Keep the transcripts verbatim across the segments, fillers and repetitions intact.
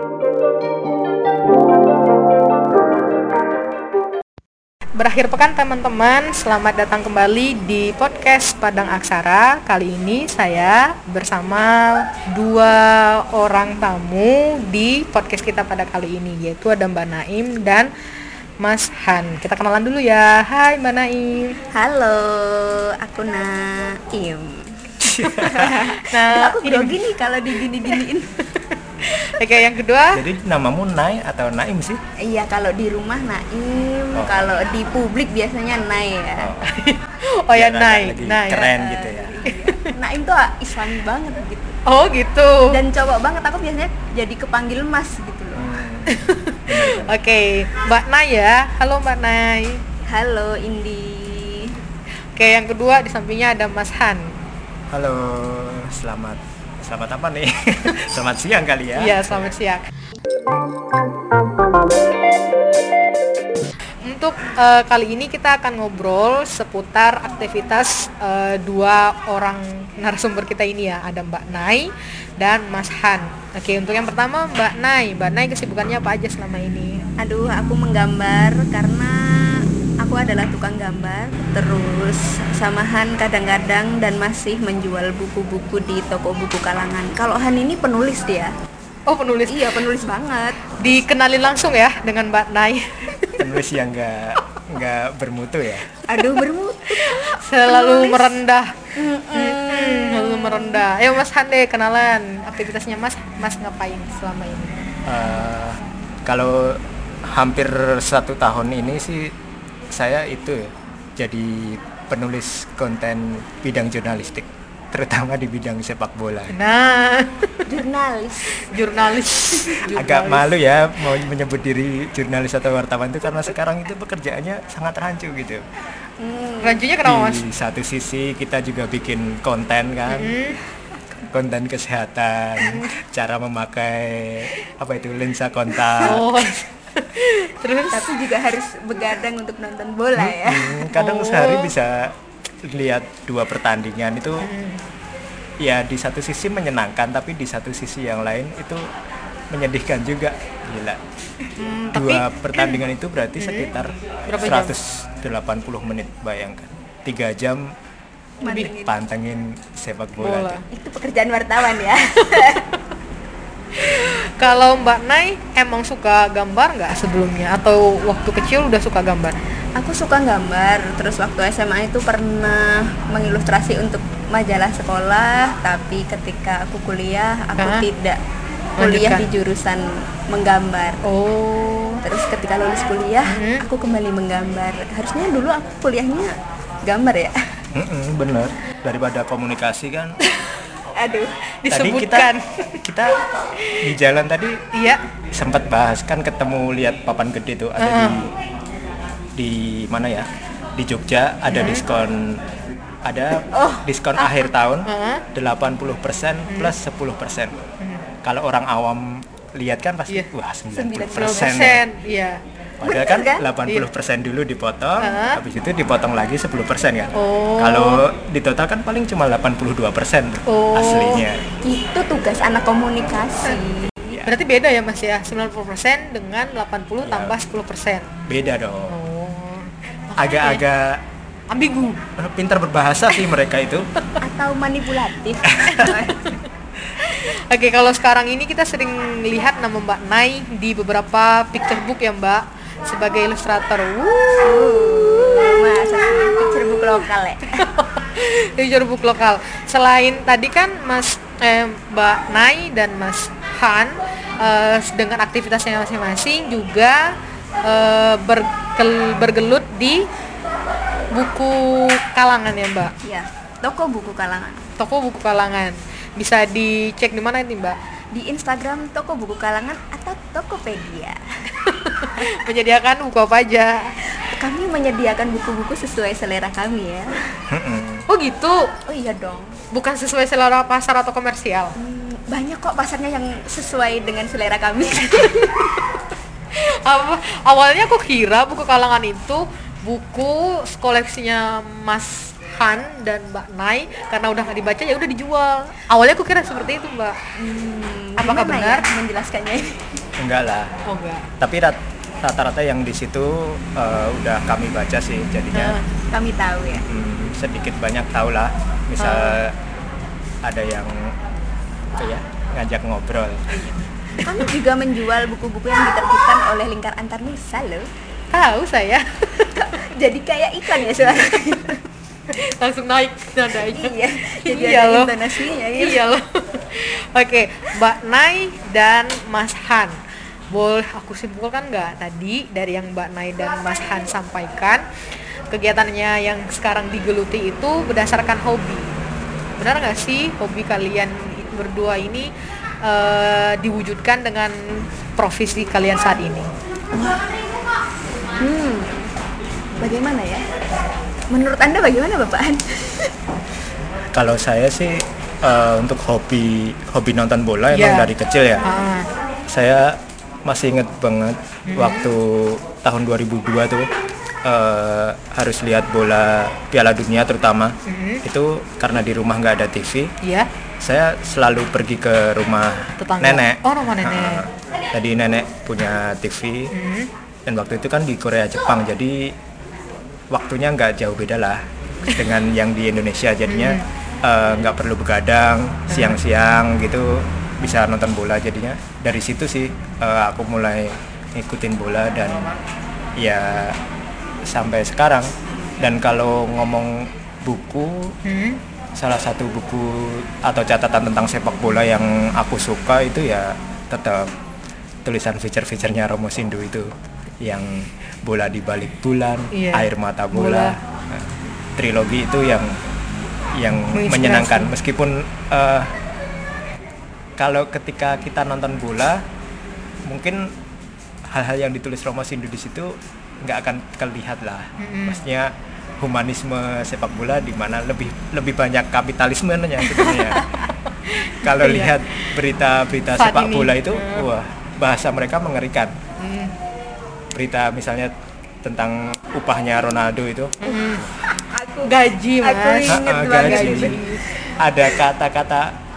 Berakhir pekan teman-teman, selamat datang kembali di podcast Padang Aksara. Kali ini saya bersama dua orang tamu di podcast kita pada kali ini, yaitu ada Mbak Naim dan Mas Han. Kita kenalan dulu ya. Hai Mbak Naim. Halo, aku Naim. Nah, aku grogi nih kalau digini-giniin. Oke, yang kedua. Jadi namamu Nai atau Naim sih? Iya, kalau di rumah Naim, Oh. kalau di publik biasanya Nai ya. Oh, oh ya Biar Nai, agak lagi Nai. keren gitu ya. Iya. Naim tuh Islami banget gitu. Oh gitu. Dan cowok banget, aku biasanya jadi kepanggil Mas gitu loh. Hmm. Oke, Mbak Nai ya. Halo Mbak Nai. Halo Indi. Oke, yang kedua di sampingnya ada Mas Han. Halo, selamat selamat apa nih? Selamat siang kali ya. Iya, selamat siang. Untuk uh, kali ini kita akan ngobrol seputar aktivitas uh, dua orang narasumber kita ini ya. Ada Mbak Nai dan Mas Han. Oke, untuk yang pertama Mbak Nai. Mbak Nai kesibukannya apa aja selama ini? Aduh, aku menggambar karena aku adalah tukang gambar. Terus sama Han kadang-kadang dan masih menjual buku-buku di toko buku kalangan. Kalau Han ini penulis dia. Oh, penulis. Iya, penulis banget. Dikenalin langsung ya dengan Mbak Nai. Penulis yang enggak enggak bermutu ya. Aduh, bermutu. Selalu Penulis. merendah. Mm-mm. Selalu merendah. Ayo Mas Han deh, kenalan. Aktivitasnya Mas, Mas ngapain selama ini? Uh, kalau hampir satu tahun ini sih saya itu ya, jadi penulis konten bidang jurnalistik, terutama di bidang sepak bola. Nah, Jurnalis. jurnalis. Agak Jurnalis. malu ya mau menyebut diri jurnalis atau wartawan itu karena sekarang itu pekerjaannya sangat rancu gitu. Hmm. Rancunya kenapa Mas? Di satu sisi kita juga bikin konten kan, Hmm. konten kesehatan, cara memakai apa itu lensa kontak. Oh. Terus Tapi juga harus begadang untuk nonton bola ya. Hmm, kadang Oh. sehari bisa lihat dua pertandingan itu. Hmm. Ya di satu sisi menyenangkan, tapi di satu sisi yang lain itu menyedihkan juga. Gila. Hmm, Dua tapi pertandingan itu berarti sekitar Berapa jam? seratus delapan puluh menit, bayangkan. tiga jam Mantengin. pantengin sepak bola. bola. tuh. Itu pekerjaan wartawan ya. Kalau Mbak Nai emang suka gambar nggak sebelumnya atau waktu kecil udah suka gambar? Aku suka gambar. Terus waktu S M A itu pernah mengilustrasi untuk majalah sekolah, tapi ketika aku kuliah aku Hah? tidak kuliah Lanjutkan. di jurusan menggambar. Oh. Terus ketika lulus kuliah, Mhm. aku kembali menggambar. Harusnya dulu aku kuliahnya gambar ya. Mm-mm, bener, daripada komunikasi kan. Aduh. Tadi Disebutkan. kita kita di jalan tadi Iya. sempat bahas kan, ketemu lihat papan gede tuh ada Uh-uh. di di mana ya, di Jogja ada diskon, ada Oh. diskon akhir tahun Uh-huh. delapan puluh persen plus sepuluh persen. Kalau orang awam lihat kan pasti Iya. wah sembilan sembilan puluh puluh persen. Persen, iya. Padahal kan Bener kan? delapan puluh persen dulu dipotong, Uh-huh. habis itu dipotong lagi sepuluh persen kan. Oh. Kalau di total kan paling cuma delapan puluh dua persen Oh. aslinya. Itu tugas anak komunikasi. Ya, Berarti beda ya Mas ya, sembilan puluh persen dengan delapan puluh Iya. tambah sepuluh persen. beda dong. Oh. Agak-agak Ambigu. eh, pintar berbahasa sih mereka itu. Atau manipulatif. Oke, kalau sekarang ini kita sering lihat nama Mbak Nai di beberapa picture book ya Mbak, sebagai ilustrator. Uh, masa sih picture book lokal ya. Picture book lokal. Selain tadi kan Mas eh, Mbak Nai dan Mas Han eh, dengan aktivitasnya masing-masing juga eh, berkel- bergelut di buku kalangan ya Mbak. Iya, toko buku kalangan. Toko buku kalangan. Bisa dicek di mana ini Mbak? Di Instagram toko buku kalangan atau Tokopedia. Menyediakan buku apa aja? Kami menyediakan buku-buku sesuai selera kami ya. Oh gitu. Oh iya dong. Bukan sesuai selera pasar atau komersial. Hmm, banyak kok pasarnya yang sesuai dengan selera kami. Apa, awalnya aku kira buku kalangan itu buku koleksinya Mas Han dan Mbak Nai, karena udah nggak dibaca ya udah dijual. Awalnya aku kira seperti itu Mbak. Hmm, Apakah Gimana benar? ya menjelaskannya ini? Enggak lah. Oh enggak. Tapi rat- rata-rata yang di situ uh, udah kami baca sih, jadinya Ah. Kami tahu ya. hmm, sedikit banyak tahu lah. Misal ada yang apa ya ngajak ngobrol. Kami juga menjual buku-buku yang diterbitkan oleh Lingkar Antarnusa loh. Tahu saya. Jadi kayak iklan ya suara. Langsung naik nadanya. Iya. Jadi Iya ada loh. intonasinya gitu. Iya loh. Oke, Mbak Nay dan Mas Han. Boleh aku simpulkan nggak tadi dari yang Mbak Nay dan Mas Han sampaikan, kegiatannya yang sekarang digeluti itu berdasarkan hobi. Benar nggak sih hobi kalian berdua ini eh, diwujudkan dengan profesi kalian saat ini? Hmm. Bagaimana ya? Menurut Anda bagaimana, Bapak Han? Kalau saya sih uh, untuk hobi hobi nonton bola Yeah. emang dari kecil ya. Ah, Saya masih inget banget waktu tahun dua ribu dua tuh uh, harus lihat bola Piala Dunia terutama. Mhm. Itu karena di rumah nggak ada T V, iya. saya selalu pergi ke rumah Tetangga. nenek. Oh, rumah nenek. Uh, jadi nenek punya T V Mhm. dan waktu itu kan di Korea Jepang, jadi waktunya nggak jauh beda lah dengan yang di Indonesia, jadinya eh, nggak perlu begadang siang-siang gitu, bisa nonton bola. Jadinya dari situ sih eh, aku mulai ngikutin bola dan ya sampai sekarang. Dan kalau ngomong buku, Hmm. salah satu buku atau catatan tentang sepak bola yang aku suka itu ya tetap tulisan feature-featurenya Romo Sindu itu, yang bola di balik bulan, Iya. air mata bola. Bola. Nah, trilogi itu yang yang Menginspirasi. menyenangkan, meskipun eh, kalau ketika kita nonton bola mungkin hal-hal yang ditulis Romo Sindu di situ nggak akan terlihat lah. Mm-mm. Maksudnya humanisme sepak bola di mana lebih lebih banyak kapitalismenya sebenarnya. Kalau Iya. lihat berita-berita Saat sepak ini. bola itu, Hmm. wah, bahasa mereka mengerikan. Hmm. Berita misalnya tentang upahnya Ronaldo itu, Hmm. Aku Gaji, Mas. Aku inget Ah, ah, banget gaji. itu. Ada kata-kata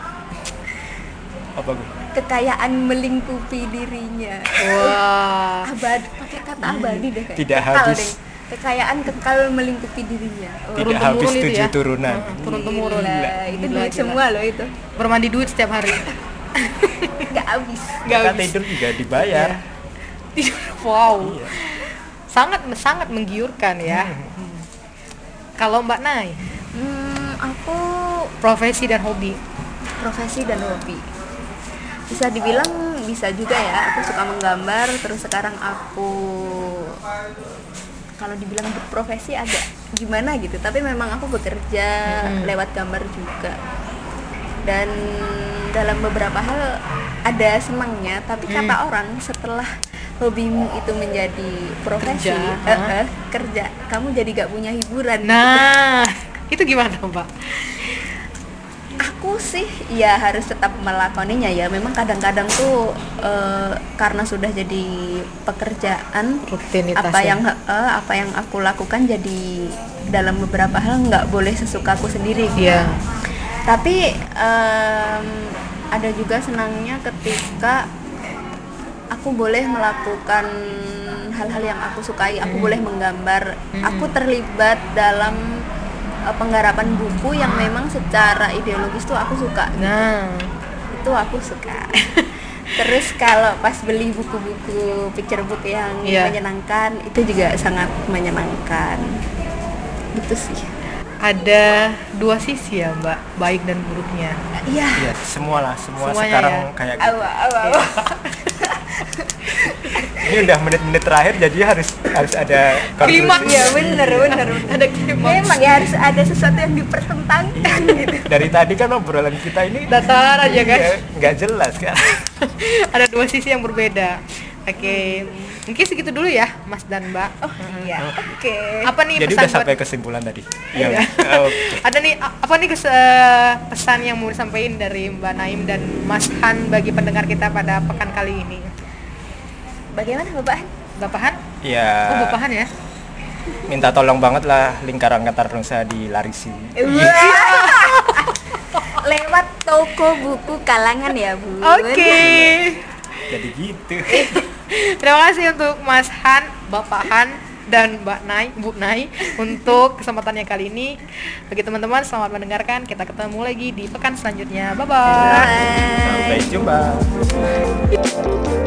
apa gue? Kekayaan melingkupi dirinya. Wah. Abadi, pakai kata abadi deh kayak. Tidak Kekal habis. deh. Kekayaan kekal melingkupi dirinya. Oh, Tidak Turun-temurun habis itu tujuh ya? turunan. Hmm, turun-temurun. gila. Itu Gila, duit gila. semua loh itu. Bermandi duit setiap hari. Nggak habis. Nggak Kita habis. tidur juga dibayar. Iya. Wow. Iya. Sangat sangat menggiurkan ya. Hmm. Kalau Mbak Nay, Hmm, aku profesi dan hobi. profesi dan hobi. Bisa dibilang bisa juga ya. Aku suka menggambar. Terus sekarang aku kalau dibilang berprofesi agak gimana gitu. Tapi memang aku bekerja Hmm. lewat gambar juga. Dan dalam beberapa hal ada senangnya. Tapi Hmm. kata orang setelah hobimu itu menjadi profesi, Kerja, eh, eh, kerja, kamu jadi gak punya hiburan. Nah, itu gimana, Mbak? Aku sih ya harus tetap melakoninya ya. Memang kadang-kadang tuh eh, karena sudah jadi pekerjaan, Rutinitas apa ya? yang eh, apa yang aku lakukan jadi dalam beberapa hal nggak boleh sesuka aku sendiri. gitu. Iya. Tapi em, ada juga senangnya ketika aku boleh melakukan hal-hal yang aku sukai. Aku Hmm. boleh menggambar. Hmm. Aku terlibat dalam uh, penggarapan buku yang memang secara ideologis tuh aku suka. Nah, Itu aku suka. Terus kalau pas beli buku-buku picture book yang Iya. menyenangkan, itu juga sangat menyenangkan. Gitu sih. ada dua sisi ya, Mbak, baik dan buruknya. Iya. Ya, semua lah, semua Semuanya sekarang ya. kayak gitu. Awa, awa, awa. Ini udah menit-menit terakhir, jadi harus harus ada Klimaks. konklusi. Iya bener bener. Ada klimaks. Memang ya harus ada sesuatu yang dipertentangkan gitu. Dari tadi kan obrolan kita ini Datar aja, guys. iya, nggak jelas kan. Ada dua sisi yang berbeda. Oke, mungkin segitu dulu ya, Mas dan Mbak. Oh iya. Oke. Apa nih Jadi pesan udah sampai buat- kesimpulan tadi. Iya. Yang- oh, oke. Ada nih a- apa nih kes- eh, pesan yang mau disampaikan dari Mbak Naim dan Mas Han bagi pendengar kita pada pekan kali ini? Bagaimana Bapak Han? Bapak Han? Ya, Oh, Bapak Han ya? minta tolong banget lah Lingkar Antarnusa dilarisi. Wah. lewat toko buku kalangan ya, Bu. Oke. Jadi gitu. Terima kasih untuk Mas Han, Bapak Han, dan Mbak Nai, Bu Nai untuk kesempatannya kali ini. Bagi teman-teman, selamat mendengarkan. Kita ketemu lagi di pekan selanjutnya. Bye bye. Sampai jumpa.